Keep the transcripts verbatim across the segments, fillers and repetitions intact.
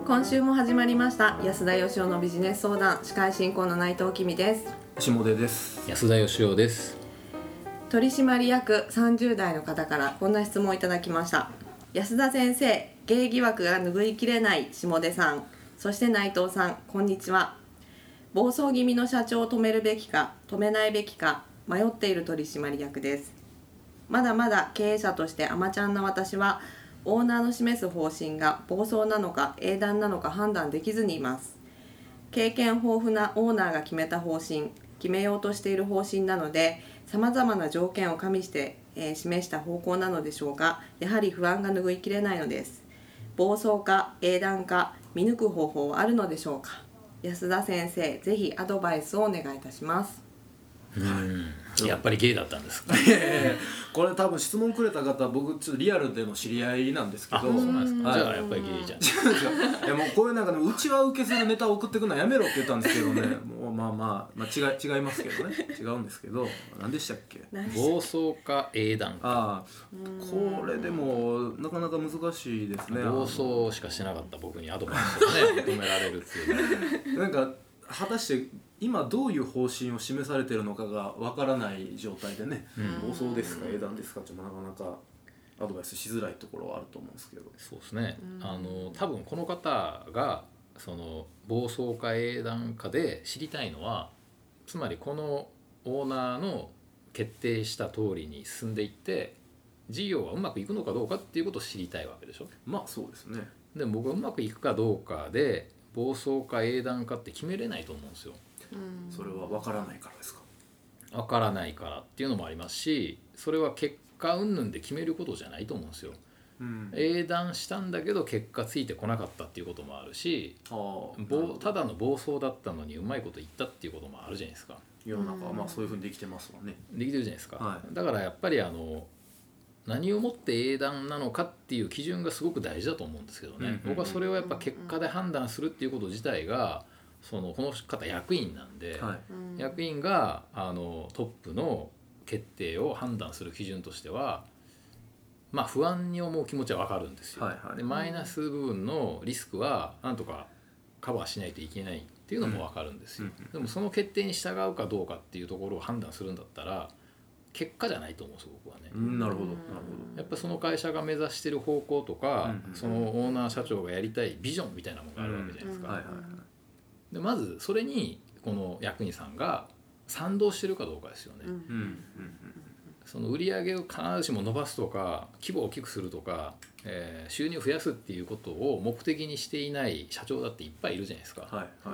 今週も始まりました安田義雄のビジネス相談、司会進行の内藤君です。 下出です。 安田義雄です。 取締役さんじゅう代の方からこんな質問をいただきました。安田先生、芸疑惑が拭いきれない下出さん、そして内藤さん、こんにちは。暴走気味の社長を止めるべきか止めないべきか迷っている取締役です。まだまだ経営者として甘ちゃんな私はオーナーの示す方針が暴走なのか英断なのか判断できずにいます。経験豊富なオーナーが決めた方針、決めようとしている方針なので、さまざまな条件を加味して、えー、示した方向なのでしょうが、やはり不安が拭いきれないのです。暴走か英断か見抜く方法はあるのでしょうか。安田先生、ぜひアドバイスをお願いいたします。 うーん、やっぱりゲイだったんですか。 これ多分質問くれた方、僕ちょっとリアルでの知り合いなんですけど、 そうなんですか。 はい、 じゃあやっぱりゲイじゃん。 いやもうこういうなんかね、うちは受けするネタを送ってくるのはやめろって言ったんですけどね、もうまあまあ、まあ、違い違いますけどね、違うんですけど、何でしたっけ？ 暴走か英断か。 ああ、これでもなかなか難しいですね。 暴走しかしなかった僕にアドバイスをね求められるっていう、 なんか果たして今どういう方針を示されているのかがわからない状態でね、うん、暴走ですか英断ですかってなかなかアドバイスしづらいところはあると思うんですけど。 そうですね、あの多分この方がその暴走か英断かで知りたいのは、つまりこのオーナーの決定した通りに進んでいって事業がうまくいくのかどうかっていうことを知りたいわけでしょ。 まあそうですね。 でも僕はうまくいくかどうかで暴走か英断かって決めれないと思うんですよ。 それは分からないからですか？ 分からないからっていうのもありますし、それは結果云々で決めることじゃないと思うんですよ。うん、英断したんだけど結果ついてこなかったっていうこともあるし、あただの暴走だったのにうまいこと言ったっていうこともあるじゃないですか。 世の中はまあそういうふうにできてますわね。 できてるじゃないですか、 はい、 だからやっぱりあの何をもって英断なのかっていう基準がすごく大事だと思うんですけどね、うんうんうん、僕はそれをやっぱ結果で判断するっていうこと自体が、そのこの方役員なんで、はい、役員があのトップの決定を判断する基準としては、まあ不安に思う気持ちは分かるんですよ、はいはい、でマイナス部分のリスクはなんとかカバーしないといけないっていうのも分かるんですよ、うんうん、でもその決定に従うかどうかっていうところを判断するんだったら結果じゃないと思うんです、僕はね。 うん、なるほど、なるほど。やっぱその会社が目指している方向とか、うんうん、そのオーナー社長がやりたいビジョンみたいなものがあるわけじゃないですか、うんはいはいはい、でまずそれにこの役員さんが賛同してるかどうかですよね、うんうんうん、その売り上げを必ずしも伸ばすとか規模を大きくするとか、えー、収入を増やすっていうことを目的にしていない社長だっていっぱいいるじゃないですか、はいはい、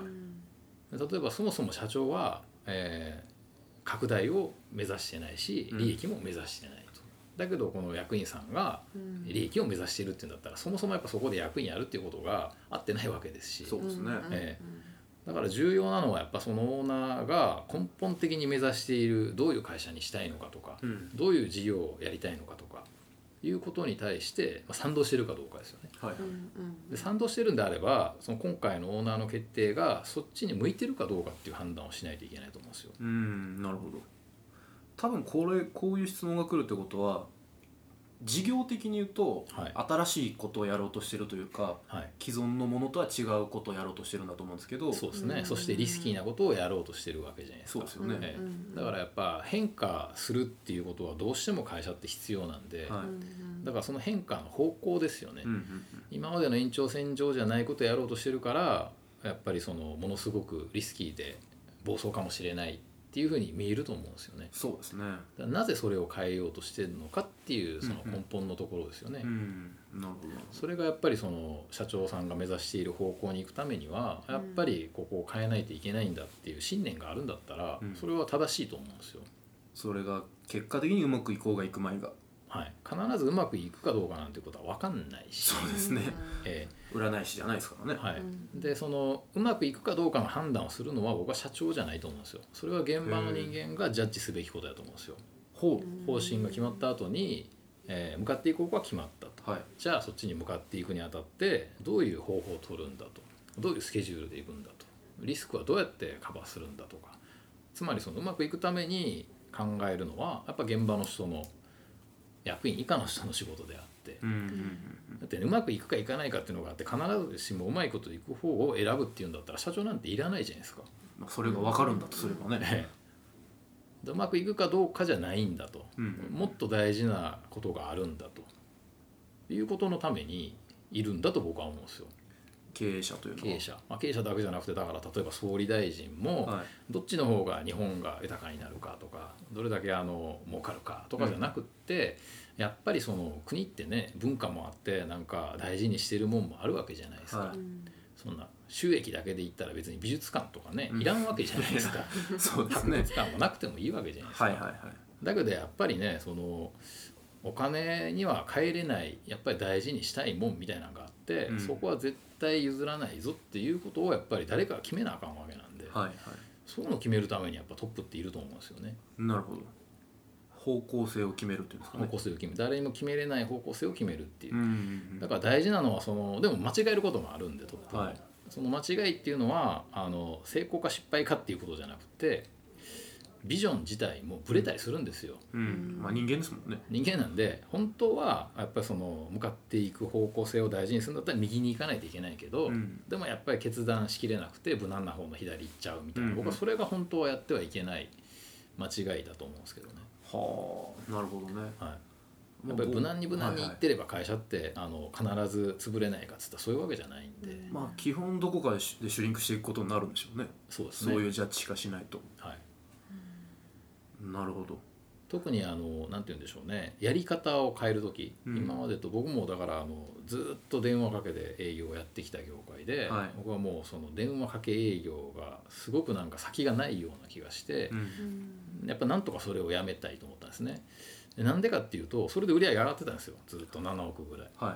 例えばそもそも社長は、えー拡大を目指してないし利益も目指してないと、うん、だけどこの役員さんが利益を目指しているっていうんだったら、そもそもやっぱそこで役員やるっていうことが合ってないわけですし、 そうですね、 えー、だから重要なのはやっぱそのオーナーが根本的に目指しているどういう会社にしたいのかとか、うん、どういう事業をやりたいのかとかいうことに対して賛同しているかどうかですよね、はい、で賛同しているんであれば、その今回のオーナーの決定がそっちに向いてるかどうかっていう判断をしないといけないと思うんですよ。 うん、なるほど。多分これこういう質問が来るってことは、事業的に言うと、はい、新しいことをやろうとしてるというか、はい、既存のものとは違うことをやろうとしてるんだと思うんですけど、 そうですね、そしてリスキーなことをやろうとしてるわけじゃないですか。 そうですよね、 ええ、だからやっぱ変化するっていうことはどうしても会社って必要なんで、はい、だからその変化の方向ですよね、うんうんうん、今までの延長線上じゃないことをやろうとしてるから、やっぱりそのものすごくリスキーで暴走かもしれないっていうふうに見えると思うんですよね。 そうですね。 だからなぜそれを変えようとしてるのかっていうその根本のところですよね、 うんうん、なるほど。 それがやっぱりその社長さんが目指している方向に行くためには、やっぱりここを変えないといけないんだっていう信念があるんだったら、それは正しいと思うんですよ。 それが結果的にうまくいこうがいくまいが、 はい、必ずうまくいくかどうかなんてことは分かんないし、 そうですね、 えー、占い師じゃないですからね、 はい、でそのうまくいくかどうかの判断をするのは僕は社長じゃないと思うんですよ。それは現場の人間がジャッジすべきことだと思うんですよ。方針が決まった後に、えー、向かっていく方向は決まったと、はい、じゃあそっちに向かっていくにあたってどういう方法を取るんだと、どういうスケジュールでいくんだと、リスクはどうやってカバーするんだとか、つまりそのうまくいくために考えるのはやっぱ現場の人の役員以下の人の仕事であって、 うんうんうん、 だってうまくいくかいかないかっていうのがあって必ずしもうまいこといく方を選ぶっていうんだったら社長なんていらないじゃないですか。 それが分かるんだとすればね、 うん、うまくいくかどうかじゃないんだと、 うんうん、 もっと大事なことがあるんだということのためにいるんだと僕は思うんですよ。 経営者というのは経営者、まあ、経営者だけじゃなくてだから例えば総理大臣もどっちの方が日本が豊かになるかとかどれだけあの儲かるかとかじゃなくって、うん、やっぱりその国ってね文化もあってなんか大事にしてるもんもあるわけじゃないですか、はい、そんな収益だけで言ったら別に美術館とかね、うん、いらんわけじゃないですかそうですね、 博物館もなくてもいいわけじゃないですか、 はいはいはい、 だけどやっぱりねそのお金には変えれないやっぱり大事にしたいもんみたいなのがあって、うん、そこは絶対譲らないぞっていうことをやっぱり誰かが決めなあかんわけなんで、はいはい、そういうのを決めるためにやっぱトップっていると思うんですよね。 なるほど。方向性を決めるっていうんですかね。 方向性を決める、誰にも決めれない方向性を決めるっていう、うんうんうん、だから大事なのはそのでも間違えることもあるんでトップは、はい、その間違いっていうのはあの成功か失敗かっていうことじゃなくてビジョン自体もブレたりするんですよ、 うんうんまあ、人間ですもんね。 人間なんで本当はやっぱりその向かっていく方向性を大事にするんだったら右に行かないといけないけど、うん、でもやっぱり決断しきれなくて無難な方の左行っちゃうみたいな、うんうん、僕はそれが本当はやってはいけない間違いだと思うんですけどね。 はあ、なるほどね、はい、 やっぱり無難に無難にいってれば会社ってあの必ず潰れないかっつったらそういうわけじゃないんで、 まあ基本どこかでシュリンクしていくことになるんでしょうね。 そうですね、 そういうジャッジしかしないと、 はい、 なるほど。 特にあのなんて言うんでしょうね、やり方を変える時、うん、今までと僕もだからあのずっと電話かけで営業をやってきた業界で、はい、僕はもうその電話かけ営業がすごくなんか先がないような気がして、うん、やっぱなんとかそれをやめたいと思ったんですね。でなんでかっていうとそれで売り上げ上がってたんですよ、ずっとななおくぐらい、はい、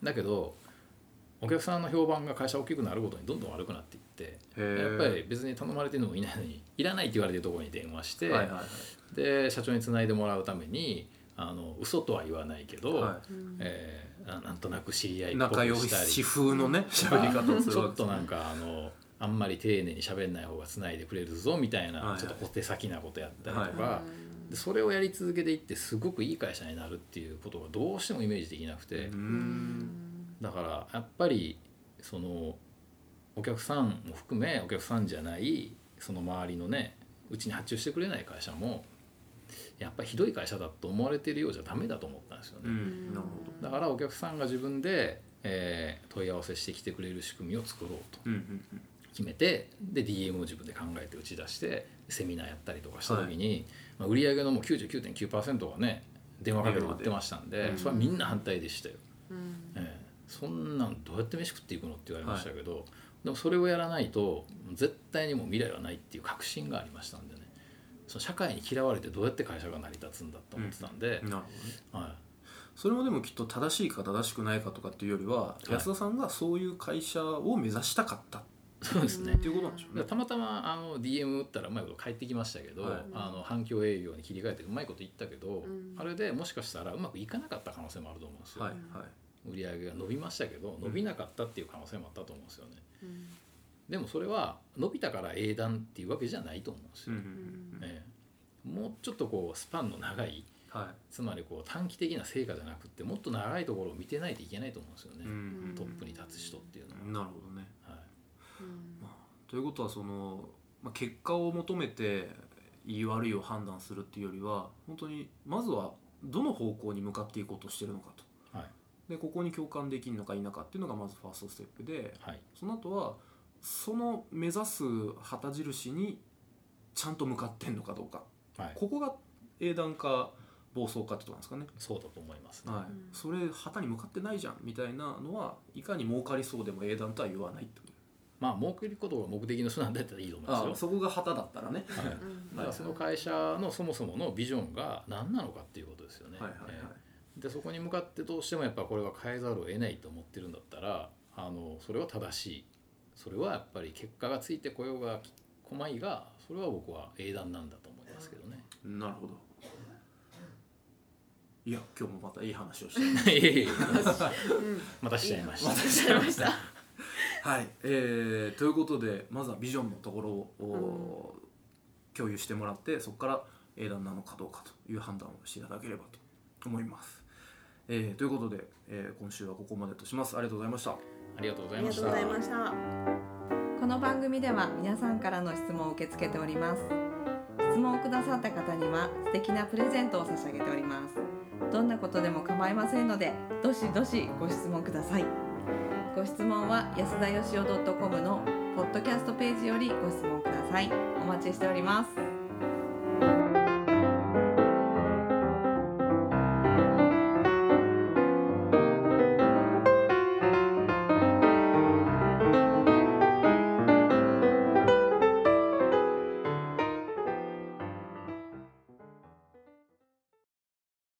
だけどお客さんの評判が会社大きくなるごとにどんどん悪くなっていって、やっぱり別に頼まれてるのもいないのにいらないって言われてるところに電話して、はいはいはい、で社長につないでもらうためにあの嘘とは言わないけど、はい、えー、なんとなく知り合いっぽくしたり、 仲良し風のね喋り方をするちょっとなんかあのあんまり丁寧に喋んない方がつないでくれるぞみたいな、はいはい、ちょっと小手先なことやったりとか、はいはい、でそれをやり続けていってすごくいい会社になるっていうことがどうしてもイメージできなくて、うーん、だからやっぱりそのお客さんも含めお客さんじゃないその周りのねうちに発注してくれない会社もやっぱりひどい会社だと思われているようじゃダメだと思ったんですよね、うん、なるほど。だからお客さんが自分で、えー、問い合わせしてきてくれる仕組みを作ろうと決めて、で ディーエム を自分で考えて打ち出してセミナーやったりとかした時に、はい、まあ、売上のもう きゅうじゅうきゅうてんきゅうパーセント がね電話かけで売ってましたんで、うん、それはみんな反対でしたよ、うん、えー、そんなんどうやって飯食っていくのって言われましたけど、はい、でもそれをやらないと絶対にもう未来はないっていう確信がありましたんでね、その社会に嫌われてどうやって会社が成り立つんだと思ってたんで、うん、なるほどね、はい、 それもでもきっと正しいか正しくないかとかっていうよりは、はい、安田さんがそういう会社を目指したかったそうですねっていうことなんでしょうね。 たまたまあの ディーエム 打ったらうまいこと返ってきましたけど、はい、あの反響営業に切り替えてうまいこと言ったけど、うん、あれでもしかしたらうまくいかなかった可能性もあると思うんですよ、はいはい、売り上げが伸びましたけど伸びなかったっていう可能性もあったと思うんですよね、うん、でもそれは伸びたから英断っていうわけじゃないと思うんですよ、うんうんうん、ええ、もうちょっとこうスパンの長い、はい、つまりこう短期的な成果じゃなくてもっと長いところを見てないといけないと思うんですよね、うんうん、トップに立つ人っていうのは。 なるほどね、はい、うん、まあ、ということはその、まあ、結果を求めていい悪いを判断するっていうよりは本当にまずはどの方向に向かっていこうとしてるのかと、はい、でここに共感できるのか否かっていうのがまずファーストステップで、はい、その後はその目指す旗印にちゃんと向かってんのかどうか、はい、ここが英断か暴走かってとこなんですかね。 そうだと思いますね、 はい、それ旗に向かってないじゃんみたいなのはいかに儲かりそうでも英断とは言わないってこと。 まあ儲けることが目的の人なんだったらいいと思いますよ。 ああ、そこが旗だったらね、はい、 だからその会社のそもそものビジョンが何なのかっていうことですよね、はいはいはい、えー、でそこに向かってどうしてもやっぱこれは変えざるを得ないと思ってるんだったらあのそれは正しい、それはやっぱり結果がついてこようが来まいがそれは僕は英断なんだと思いますけどね。 なるほど。いや今日もまたいい話をしていやいやまたしちゃいましたまたしちゃいましたはい、えー、ということでまずはビジョンのところを、うん、共有してもらってそこから英断なのかどうかという判断をしていただければと思います。えー、ということで、えー、今週はここまでとします。ありがとうございました。 ありがとうございました。 ありがとうございました。この番組では皆さんからの質問を受け付けております。質問をくださった方には素敵なプレゼントを差し上げております。どんなことでも構いませんので、どしどしご質問ください。ご質問は安田よしお .com のポッドキャストページよりご質問ください。お待ちしております。